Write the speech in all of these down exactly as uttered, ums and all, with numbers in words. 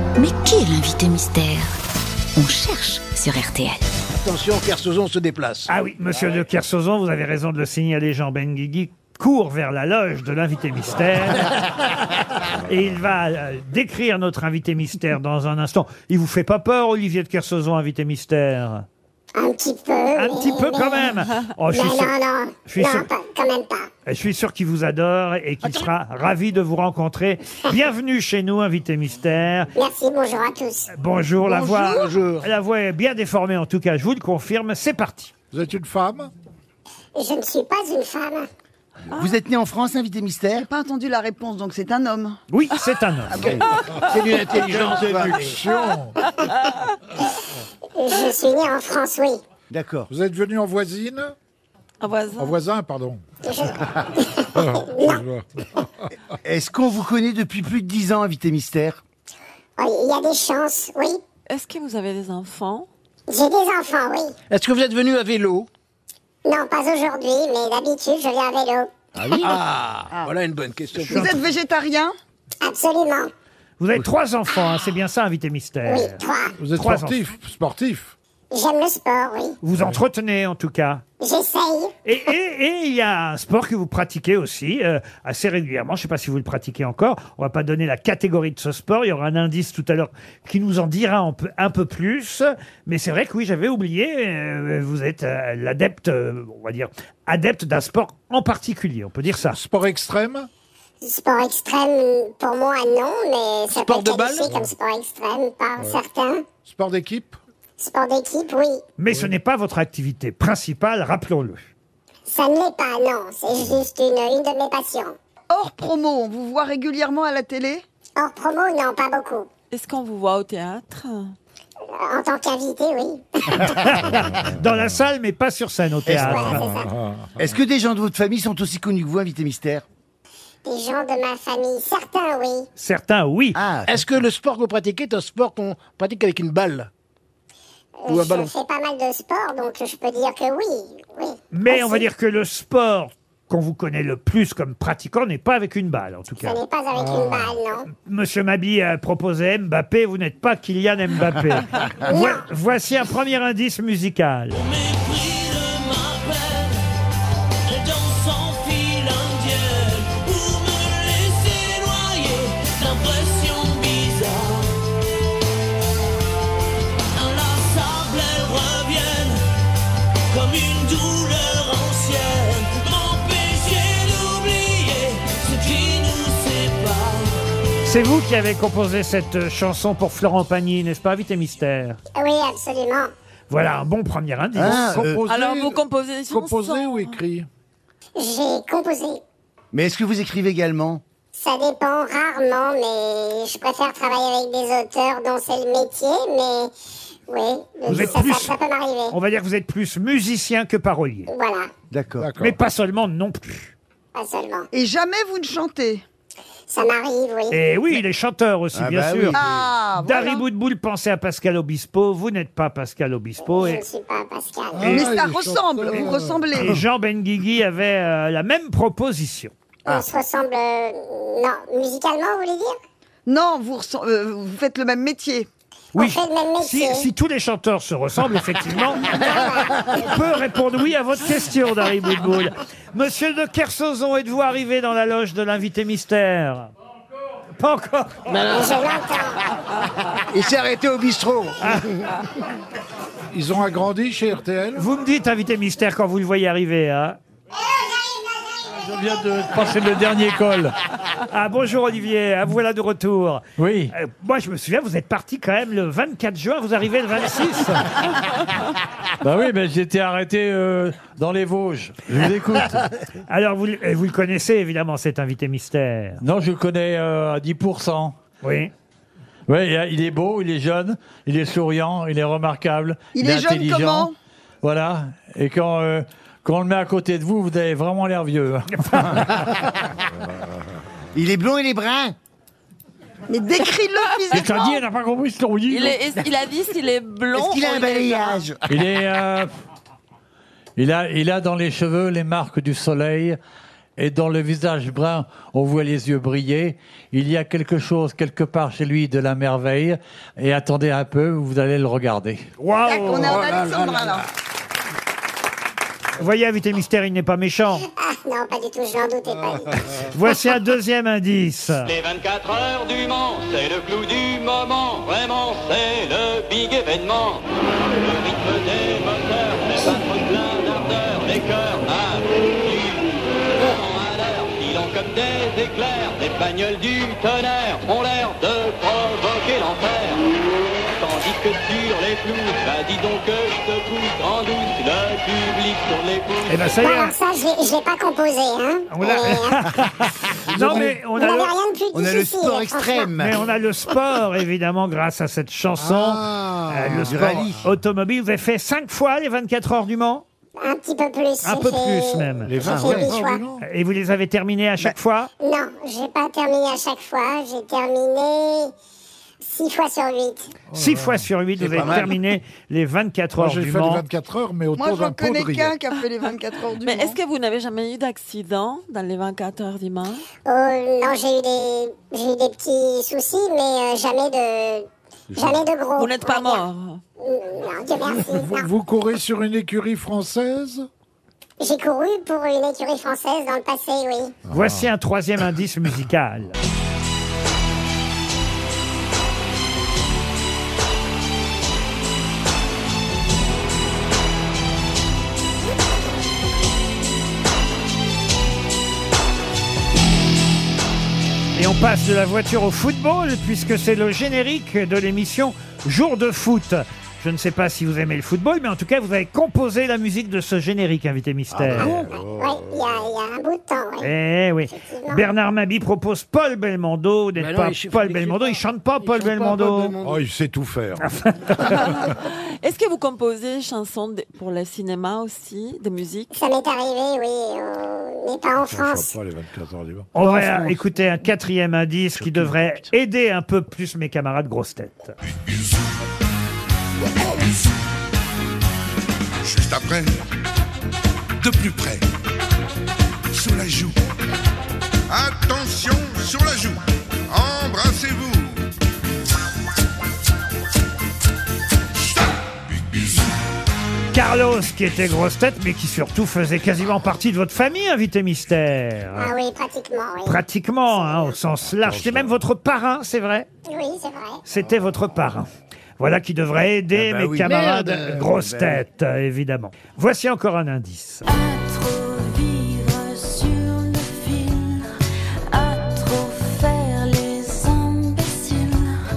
Mais qui est l'invité mystère? On cherche sur R T L. Attention, Kersozon se déplace. Ah oui, monsieur de Kersozon, vous avez raison de le signaler, Jean Benguigui court vers la loge de l'invité mystère et il va euh, décrire notre invité mystère dans un instant. Il vous fait pas peur, Olivier de Kersozon, invité mystère? Un petit peu. Un mais, petit peu mais... quand même. Oh, je non, suis sûr, non, non, je suis non, sûr- pas- quand même pas. je suis sûr qu'il vous adore et qu'il sera ravi de vous rencontrer. Bienvenue chez nous, invité mystère. Merci, bonjour à tous. Bonjour, la voix, Bonjour. la voix est bien déformée en tout cas, je vous le confirme. C'est parti. Vous êtes une femme? Je ne suis pas une femme. Vous êtes né en France, invité mystère? Pas entendu la réponse, donc c'est un homme. Oui, c'est un homme. C'est d'une intelligence variée. Séduction. Je suis née en France, oui. D'accord. Vous êtes venu en voisine? Un voisin. En voisin, pardon. Je- Est-ce qu'on vous connaît depuis plus de dix ans, invité mystère? Oh, il y a des chances, oui. Est-ce que vous avez des enfants? J'ai des enfants, oui. Est-ce que vous êtes venu à vélo? Non, pas aujourd'hui, mais d'habitude, je viens à vélo. Ah oui. Ah, voilà une bonne question. Vous êtes végétarien? Absolument. Vous avez trois enfants, hein, c'est bien ça, invité mystère. Oui, trois. Vous êtes Trois sportif? Sportif? J'aime le sport, oui. Vous entretenez en tout cas. J'essaye. Et, et, et il y a un sport que vous pratiquez aussi euh, assez régulièrement. Je ne sais pas si vous le pratiquez encore. On va pas donner la catégorie de ce sport. Il y aura un indice tout à l'heure qui nous en dira un peu, un peu plus. Mais c'est vrai que oui, j'avais oublié. euh, vous êtes euh, l'adepte, euh, on va dire, adepte d'un sport en particulier. On peut dire ça. Sport extrême? Sport extrême, pour moi, non, mais ça Sport peut de être qualifié balle comme sport extrême par certains. Sport d'équipe? Sport d'équipe, oui. Mais ce n'est pas votre activité principale, rappelons-le. Ça ne l'est pas, non. C'est juste une, une de mes passions. Hors promo, on vous voit régulièrement à la télé? Hors promo, non, pas beaucoup. Est-ce qu'on vous voit au théâtre? Euh, En tant qu'invité, oui. Dans la salle, mais pas sur scène au théâtre. Voilà, c'est ça. Est-ce que des gens de votre famille sont aussi connus que vous, invité mystère? Des gens de ma famille, certains, oui. Certains, oui. Ah, Est-ce que le sport que vous pratiquez est un sport qu'on pratique avec une balle? Euh, Ou un je ballon. fais pas mal de sport, donc je peux dire que oui. oui. Mais on va Aussi, dire que le sport qu'on vous connaît le plus comme pratiquant n'est pas avec une balle, en tout Ça cas. n'est pas avec une balle, non. Monsieur Mabi a proposé Mbappé, vous n'êtes pas Kylian Mbappé. Vo- voici un premier indice musical. Comme une douleur ancienne, m'empêcher d'oublier ce qui nous sépare. C'est vous qui avez composé cette euh, chanson pour Florent Pagny, n'est-ce pas, invité mystère? Oui, absolument. Voilà un bon premier indice. Ah, euh, Composé, Alors vous composez des chansons? composé ou écrit? J'ai composé. mais est-ce que vous écrivez également? Ça dépend rarement, mais je préfère travailler avec des auteurs dont c'est le métier, mais oui, Vous êtes ça, plus- ça, ça peut m'arriver. On va dire que vous êtes plus musicien que parolier. Voilà, D'accord. D'accord. Mais pas seulement non plus. pas seulement. Et jamais vous ne chantez? Ça m'arrive, oui. Et oui, les chanteurs aussi, Ah bien bah sûr. oui. Ah, Dari voilà. Boudboul, pensez à Pascal Obispo. Vous n'êtes pas Pascal Obispo. Je Et, ne suis pas Pascal. Mais Ah, ça il ressemble, chante, vous euh, ressemblez. et Jean Benguigui avait euh, la même proposition. On se ressemble... euh, non, musicalement, vous voulez dire? Non, vous, ressem- euh, vous faites le même métier. On fait le même Si, métier. si tous les chanteurs se ressemblent, effectivement, on peut répondre oui à votre question, Dari Boudboul. Monsieur de Kersozon, êtes-vous arrivé dans la loge de l'invité mystère? Pas encore. Je l'entends. Il s'est arrêté au bistrot. Ils ont agrandi chez R T L? Vous me dites, invité mystère, quand vous le voyez arriver, hein? Je viens de passer le dernier col. Ah, bonjour Olivier, ah, voilà de retour. Oui. Euh, moi, je me souviens, vous êtes parti quand même le vingt-quatre juin, vous arrivez le vingt-six. Bah oui, mais j'étais arrêté euh, dans les Vosges. Je vous écoute. Alors, vous, le- vous le connaissez évidemment, cet invité mystère. Non, je le connais euh, à dix pour cent. Oui. Oui, il est beau, il est jeune, il est souriant, il est remarquable. Il est jeune intelligent. comment? Voilà. Et quand, euh, quand on le met à côté de vous, vous avez vraiment l'air vieux. Il est blond, il est brun. Mais décris-le physiquement. C'est-à-dire, elle n'a pas compris ce qu'on dit. Il, est, il a dit s'il est blond. Est-ce qu'il a ou un il est balayage? Il est, euh, il a, il a dans les cheveux les marques du soleil et dont le visage brun, on voit les yeux briller. Il y a quelque chose quelque part chez lui de la merveille. Et attendez un peu, vous allez le regarder. Waouh! On est en Alexandra, là. Vous voyez, invité mystère, il n'est pas méchant. Ah non, pas du tout, je n'en doutais pas. du tout. Voici un deuxième indice. Les vingt-quatre heures du Mans, c'est le clou du moment. Vraiment, c'est le big événement. Le rythme des moteurs, les battre plein d'ardeur, les cœurs à à l'heure, filant comme des éclairs. Les bagnoles du tonnerre ont l'air de provoquer l'enfer. Tandis que sur les pelouses, bah dis donc que je te pousse en douce, le public sur les pouces. Eh ben ça y Bah, est. alors ça, je l'ai- je l'ai pas composé, hein. On l'a- Mais, euh, Non mais on vous a n'avez le... rien de plus On a le difficile, sport franchement. extrême. Mais on a le sport, évidemment, grâce à cette chanson. Ah, Euh, le du sport rallye. automobile. Vous avez fait cinq fois les vingt-quatre heures du Mans? Un petit peu plus. Un j'ai peu fait- plus même. Les J'ai vingt fait huit heures choix. du Mans. Et vous les avez terminés à chaque fois? Non, j'ai pas terminé à chaque fois. J'ai terminé six fois sur huit. Six fois sur huit, vous pas avez mal. terminé les vingt-quatre Moi, heures j'ai du fait les Mans. vingt-quatre heures, mais Moi, autour je d'un pot de connais riz. qu'un qui a fait les vingt-quatre heures du Mais Mans. est-ce que vous n'avez jamais eu d'accident dans les vingt-quatre heures du Mans? Oh non, j'ai eu des, j'ai eu des petits soucis, mais euh, jamais de, jamais de gros. Vous n'êtes pas on va dire. mort? Non, Dieu merci. Vous, non. vous courez sur une écurie française? J'ai couru pour une écurie française dans le passé, oui. Voici un troisième indice musical. Et on passe de la voiture au football, puisque c'est le générique de l'émission Jour de foot. Je ne sais pas si vous aimez le football, mais en tout cas, vous avez composé la musique de ce générique, invité mystère. Oui, il y, a- il y a un bout de temps, oui. Eh oui. Effectivement. Bernard Mabie propose Paul Belmondo. Vous n'êtes Bah non, pas il chante- Paul il Belmondo. chante Il pas. chante pas Il Paul chante pas Belmondo. Paul Belmondo. Oh, il sait tout faire. Est-ce que vous composez des chansons de- pour le cinéma aussi, de musique? Ça m'est arrivé, oui, euh, mais pas en On France. chante pas les vingt-quatre heures du Mans. On va écouter un quatrième indice qui devrait aider un peu plus mes camarades grosses têtes. Juste après, de plus près, sous la joue. Attention sur la joue, embrassez-vous. Carlos, qui était grosse tête, mais qui surtout faisait quasiment partie de votre famille, invité mystère. Ah oui, pratiquement, oui. Pratiquement, hein, au sens large. C'est même votre parrain, c'est vrai? Oui, c'est vrai. C'était votre parrain. Voilà qui devrait aider Ah bah mes oui. camarades Merde. grosses Ben têtes, euh, évidemment. Voici encore un indice. À trop vivre sur le fil, à trop faire les imbéciles,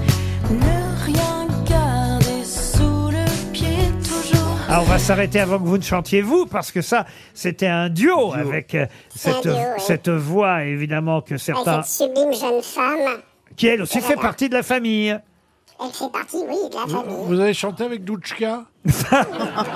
ne rien garder sous le pied toujours. Ah, on va s'arrêter avant que vous ne chantiez vous, parce que ça, c'était un duo, avec euh, cette, duo, oui. cette voix, évidemment, que Avec certains... cette sublime jeune femme, qui elle aussi fait Voilà. partie de la famille. elle fait partie, oui, de la famille. Vous avez chanté avec Douchka? Pas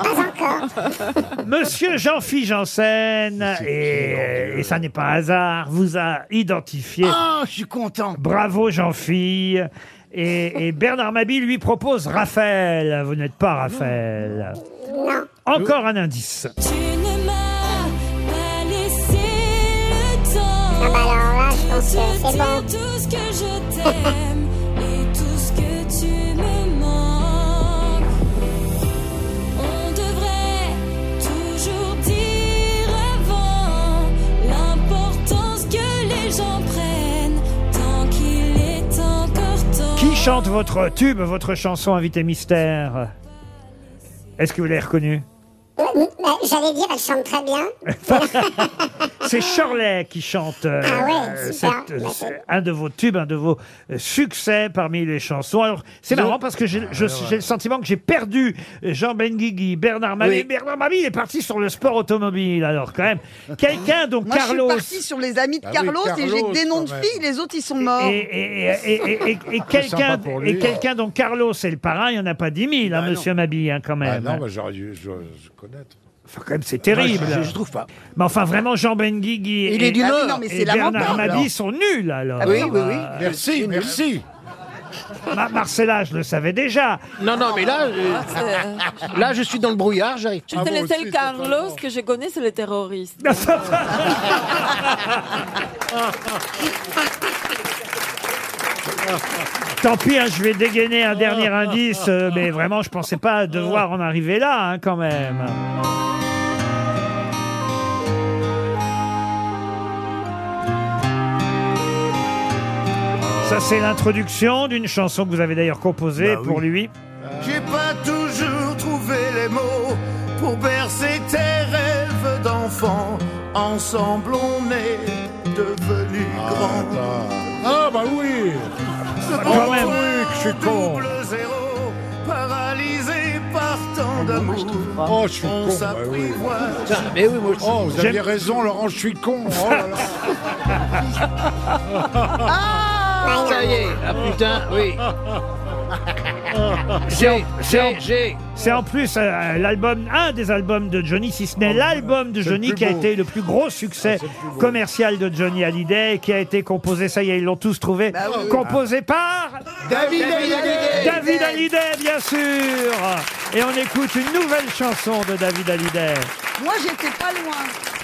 encore. Monsieur Jean-Philippe Janssen, et, et ça n'est pas un hasard, vous a identifié. Oh, je suis content. Bravo Jean-Philippe. Et, et Bernard Mabie lui propose Raphaël. Vous n'êtes pas Raphaël. Non. Encore un indice. Tu ne m'as pas laissé le temps. Ah bah alors là, je pense que c'est de bon. dire tout ce que je t'aime et tout ce que tu me manques. On devrait toujours dire avant l'importance que les gens prennent tant qu'il est encore temps. Qui chante votre tube, votre chanson invité mystère? Est-ce que vous l'avez reconnu? Euh, bah, J'allais dire, elle chante très bien. C'est Shirley qui chante euh, Ah ouais, euh, super. cette- euh, Bah, c'est un de vos tubes, un de vos euh, succès parmi les chansons. Alors, c'est marrant parce que j'ai je- j'ai le sentiment que j'ai perdu Jean Benguigui, Bernard Mabie. Oui. Bernard Mabie, il est parti sur le sport automobile. Alors, quand même, quelqu'un dont Moi, Carlos... je suis partie sur les amis de Ah oui, Carlos et j'ai Carlos, que des noms de quand même. filles, les autres ils sont morts. Et, et, et, et, et- et- et quelqu'un sympa pour lui. et quelqu'un dont Carlos est le parrain, il n'y en a pas dix mille, hein, Bah non. monsieur Mabie, hein, quand Ah même. non, bah, j'aurais dû je, je connaître. Enfin, quand même, c'est terrible. Moi, je, je trouve pas. Mais enfin, vraiment, Jean Benguigui Il et, est du Ah oui, Nord. non, mais et c'est Bernard lamentable. Mabie sont nuls, alors. Ah oui, oui, oui. Euh, Merci, merci. Ma- Marcella, je le savais déjà. Non, non, mais là, euh, C'est- là, je suis dans le brouillard, j'arrive. Je sais le seul Carlos que je connais, c'est le terroriste. Tant pis, hein, je vais dégainer un dernier indice, euh, mais vraiment, je pensais pas devoir en arriver là, hein, quand même. Ça, c'est l'introduction d'une chanson que vous avez d'ailleurs composée Bah oui. pour lui. J'ai pas toujours trouvé les mots pour bercer tes rêves d'enfant. Ensemble, on est devenus grands. Ah, bah oui. Ce quand bon même. point Oui, que je suis con. double zéro, paralysé par tant d'amour. Oh, je suis On con. Bah oui. s'apprivoise. Putain, mais oui, moi aussi. Oh, vous J'aime- aviez raison, Laurent, je suis con. Oh là là. Ça y est, ah putain, oui. C'est en- J'ai, c'est en- j'ai, j'ai. C'est en plus euh, l'album, un des albums de Johnny, si ce n'est l'album de c'est le Johnny plus qui a beau. été le plus gros succès Ah, c'est le plus beau. commercial de Johnny Hallyday, et qui a été composé, ça y est, ils l'ont tous trouvé, Bah oui. composé par David Hallyday. David Hallyday, bien sûr. Et on écoute une nouvelle chanson de David Hallyday. Moi, j'étais pas loin.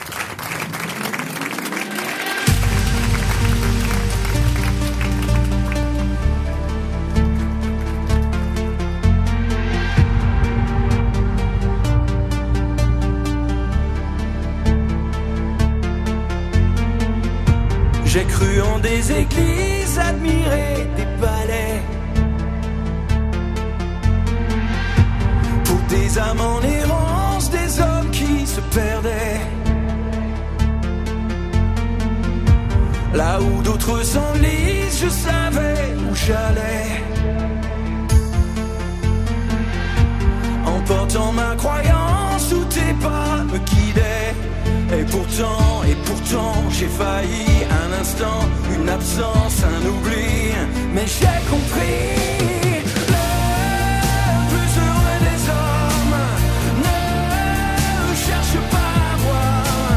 J'ai cru en des églises, admiré des palais. Pour des âmes en errance, des hommes qui se perdaient. Là où d'autres s'enlisent, je savais où j'allais. En portant ma croyance où tes pas me guidaient. Et pourtant, et pourtant, j'ai failli un instant, une absence, un oubli. Mais j'ai compris. Le plus heureux des hommes ne cherche pas à voir.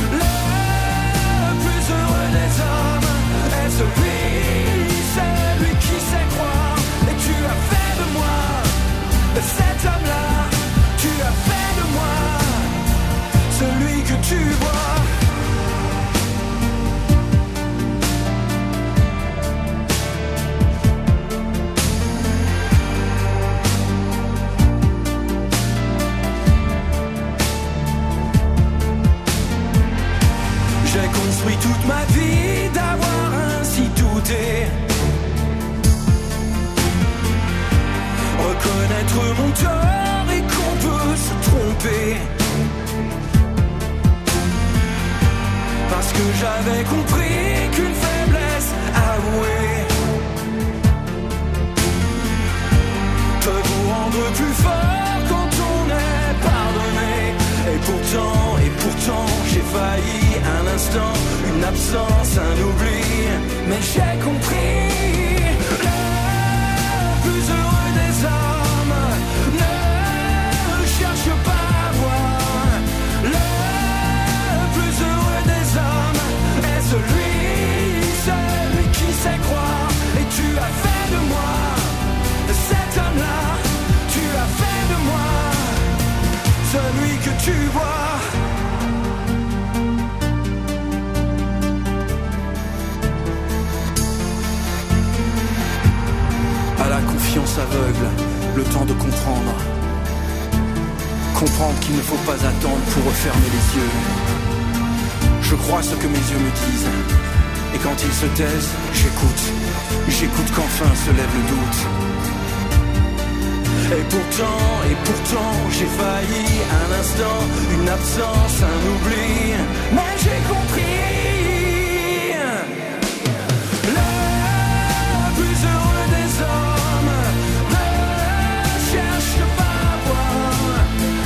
Le plus heureux des hommes est celui, celui qui sait croire. Et tu as fait de moi cet homme-là. Tu as fait de moi celui que tu vois. J'ai construit toute ma vie d'avoir ainsi douté. Reconnaître mon tort et qu'on peut se tromper. Parce que j'avais compris qu'une faiblesse avouée peut vous rendre plus fort quand on est pardonné. Et pourtant, et pourtant, j'ai failli un instant, une absence, un oubli. Mais j'ai compris. Le plus heureux des hommes ne cherche pas à voir. Le plus heureux des hommes est celui, celui qui sait croire. Et tu as fait de moi cet homme-là. Tu as fait de moi celui que tu vois. À la confiance aveugle, le temps de comprendre. Comprendre qu'il ne faut pas attendre pour refermer les yeux. Je crois ce que mes yeux me disent. Et quand ils se taisent, j'écoute. J'écoute qu'enfin se lève le doute. Et pourtant, et pourtant, j'ai failli un instant, une absence, un oubli. Mais j'ai compris. Le plus heureux des hommes ne cherche pas à voir.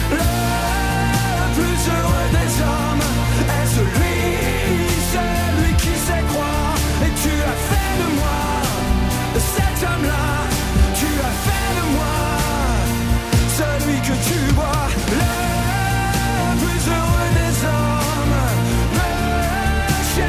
Le plus heureux des hommes est celui, celui qui sait croire. Et tu as fait de moi cet homme-là. Tu as fait de moi celui que tu vois. Le plus heureux des hommes ne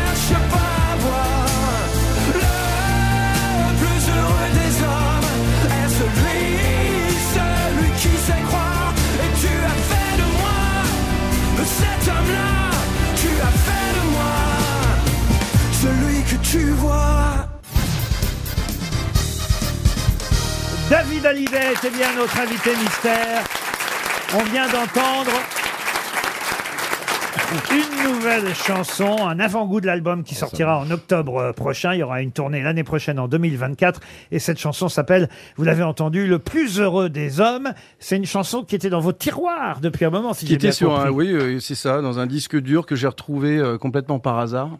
David Hallyday était bien notre invité mystère. On vient d'entendre une nouvelle chanson, un avant-goût de l'album qui sortira en octobre prochain. Il y aura une tournée l'année prochaine en deux mille vingt-quatre. Et cette chanson s'appelle, vous l'avez entendu, Le plus heureux des hommes. C'est une chanson qui était dans vos tiroirs depuis un moment, si Qui j'ai bien était sur compris. un, oui, euh, c'est ça, dans un disque dur que j'ai retrouvé euh, complètement par hasard.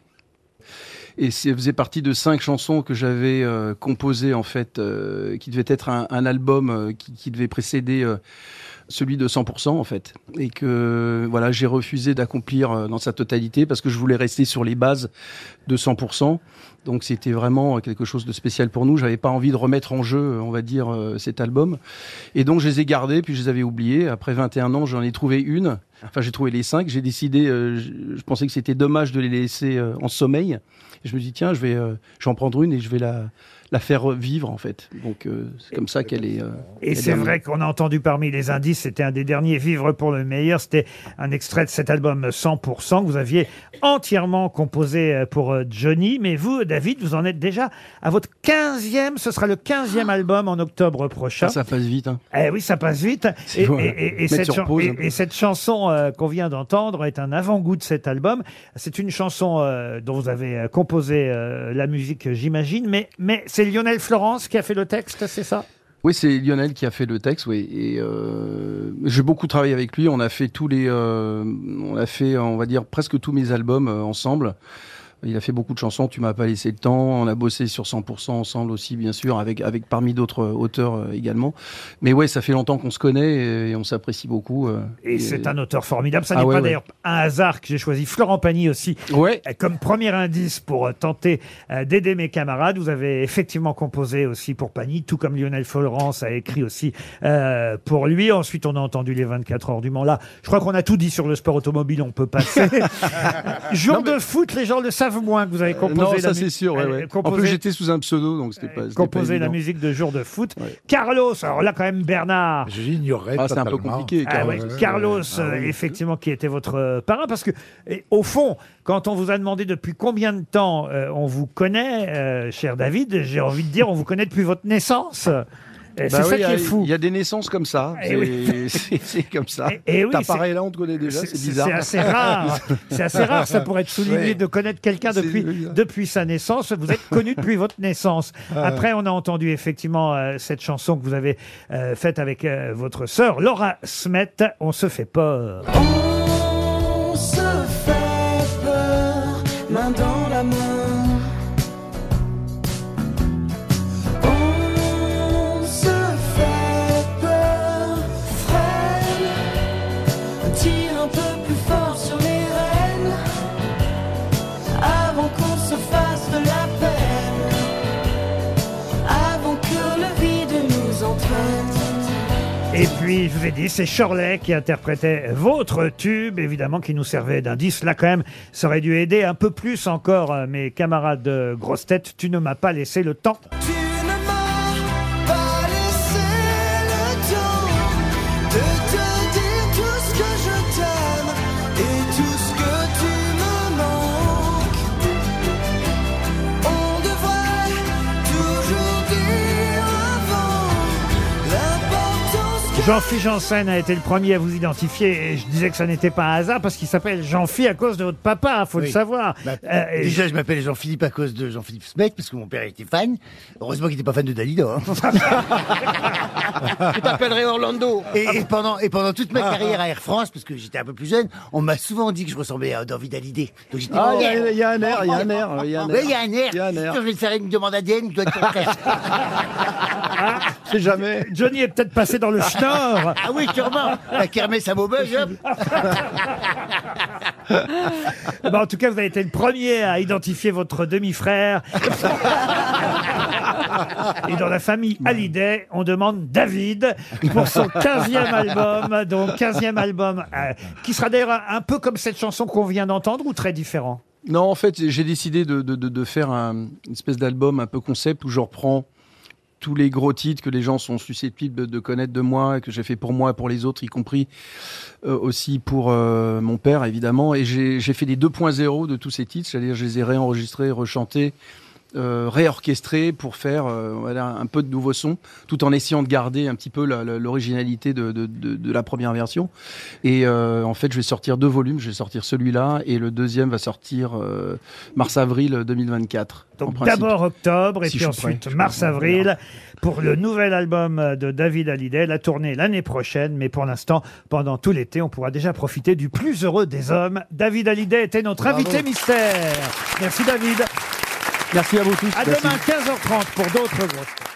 Et ça faisait partie de cinq chansons que j'avais euh, composées, en fait, euh, qui devait être un, un album euh, qui, qui devait précéder euh, celui de cent pour cent, en fait. Et que, voilà, j'ai refusé d'accomplir euh, dans sa totalité parce que je voulais rester sur les bases de cent pour cent. Donc c'était vraiment quelque chose de spécial pour nous. J'avais pas envie de remettre en jeu, on va dire, euh, cet album. Et donc je les ai gardés, puis je les avais oubliés. Après vingt et un ans, j'en ai trouvé une. Enfin, j'ai trouvé les cinq. J'ai décidé, euh, je, je pensais que c'était dommage de les laisser euh, en sommeil. Et je me dis, tiens, je vais, euh, je vais en prendre une et je vais la, la faire vivre, en fait. Donc euh, c'est comme ça qu'elle est... Euh, Et elle c'est est vrai qu'on a entendu parmi les indices, c'était un des derniers, Vivre pour le meilleur. C'était un extrait de cet album cent pour cent que vous aviez entièrement composé pour Johnny. Mais vous, David, vous en êtes déjà à votre quinzième. Ce sera le quinzième album en octobre prochain. Ça, ça passe vite. Hein. Eh oui, ça passe vite. Et, Faut, et- et- et mettre cette, sur chan- pause. et- et cette chanson euh, qu'on vient d'entendre est un avant-goût de cet album. C'est une chanson euh, dont vous avez euh, composé euh, la musique, j'imagine. Mais, mais c'est Lionel Florence qui a fait le texte, c'est ça ? Oui, c'est Lionel qui a fait le texte, oui. Et euh, j'ai beaucoup travaillé avec lui. On a fait tous les, euh, on a fait, on va dire, presque tous mes albums euh, ensemble. Il a fait beaucoup de chansons. Tu m'as pas laissé le temps. On a bossé sur cent pour cent ensemble aussi, bien sûr, avec avec parmi d'autres auteurs euh, également. Mais ouais, ça fait longtemps qu'on se connaît et, et on s'apprécie beaucoup. euh, Et c'est un auteur formidable. Ça Ah n'est ouais, pas ouais. d'ailleurs un hasard que j'ai choisi Florent Pagny aussi ouais. euh, comme premier indice pour euh, tenter euh, d'aider mes camarades. Vous avez effectivement composé aussi pour Pagny, tout comme Lionel Florence a écrit aussi euh, pour lui. Ensuite, on a entendu les vingt-quatre heures du Mans. Là, je crois qu'on a tout dit sur le sport automobile. On peut passer. Jour de foot, les gens le savent moins que vous avez composé. non, la ça mu- c'est sûr. Ouais, euh, ouais. En composé- plus, j'étais sous un pseudo, donc c'était pas. c'était pas composé la évident. musique de Jour de foot. Carlos, alors là quand même Bernard. Je l'ignorais Ah, c'est un peu totalement. compliqué. Ah Carlos. ouais, Carlos, Ah euh, oui. effectivement, qui était votre euh, parrain, parce que, et, au fond, quand on vous a demandé depuis combien de temps euh, on vous connaît, euh, cher David, j'ai envie de dire, on vous connaît depuis votre naissance. Et Bah c'est ça oui, qui est il y a- fou. Il y a des naissances comme ça. Eh C'est oui. c'est- c'est comme ça. Et- et oui, T'as c'est- pareil là, on te connaît déjà. C'est bizarre. C'est assez rare. C'est assez rare, ça pourrait être souligné Ouais. de connaître quelqu'un C'est depuis, bizarre. depuis sa naissance. Vous êtes connu depuis votre naissance. Ah. Après, on a entendu effectivement euh, cette chanson que vous avez euh, faite avec euh, votre sœur, Laura Smet, On se fait peur. On se fait peur, main dans la main. On se fait peur, freine, tire un peu plus fort sur les rênes, avant qu'on se fasse de la peine, avant que le vide nous entraîne. Et puis, je vous ai dit, c'est Shirley qui interprétait votre tube, évidemment, qui nous servait d'indice. Là, quand même, ça aurait dû aider un peu plus encore euh, mes camarades de grosses têtes. Tu ne m'as pas laissé le temps. Tu ne m'as pas laissé le temps de te dire tout ce que je t'aime et tout ce que tu me manques. On devrait toujours dire avant l'importance que Jean-Philippe Janssen a été le premier à vous identifier. Et je disais que ça n'était pas un hasard parce qu'il s'appelle Jean-Philippe à cause de votre papa, faut le Oui. savoir. Bah, Euh, et- déjà, je m'appelle Jean-Philippe à cause de Jean-Philippe Smet, parce que mon père était fan. Heureusement qu'il n'était pas fan de Dalida. Hein. Tu t'appellerais Orlando. Et, et pendant, et pendant toute ma carrière à Air France, parce que j'étais un peu plus jeune, on m'a souvent dit que je ressemblais à David Hallyday. Donc j'étais Ah, il y fier. a- il y a un air, il y a un air, il y a un Oui, air. il y a un air. Il y a un air. Quand je vais te faire une demande A D N, je dois être concret. C'est jamais. Johnny est peut-être passé dans le schnorr. Ah oui, sûrement. La kermesse à Maubeuge, hop. Bah, en tout cas, vous avez été le premier à identifier votre demi-frère. Et dans la famille Hallyday, on demande David pour son quinzième album. Donc, quinzième album, euh, qui sera d'ailleurs un, un peu comme cette chanson qu'on vient d'entendre ou très différent? Non, en fait, j'ai décidé de, de, de, de faire un, une espèce d'album un peu concept où je reprends tous les gros titres que les gens sont susceptibles de, de connaître de moi, et que j'ai fait pour moi et pour les autres, y compris euh, aussi pour euh, mon père, évidemment. Et j'ai j'ai fait des deux point zéro de tous ces titres, c'est-à-dire je les ai réenregistrés, rechantés, euh, réorchestré pour faire euh, voilà, un peu de nouveaux sons, tout en essayant de garder un petit peu la- la- l'originalité de, de, de, de la première version. Et euh, en fait, je vais sortir deux volumes. Je vais sortir celui-là et le deuxième va sortir euh, mars-avril deux mille vingt-quatre. en Donc principe. d'abord octobre et Si puis je suis prêt, ensuite je mars-avril pour le nouvel album de David Hallyday, la tournée l'année prochaine. Mais pour l'instant, pendant tout l'été, on pourra déjà profiter du plus heureux des hommes. David Hallyday était notre Bravo. invité mystère. Merci David. Merci à vous tous. À Merci. demain quinze heures trente pour d'autres grosses.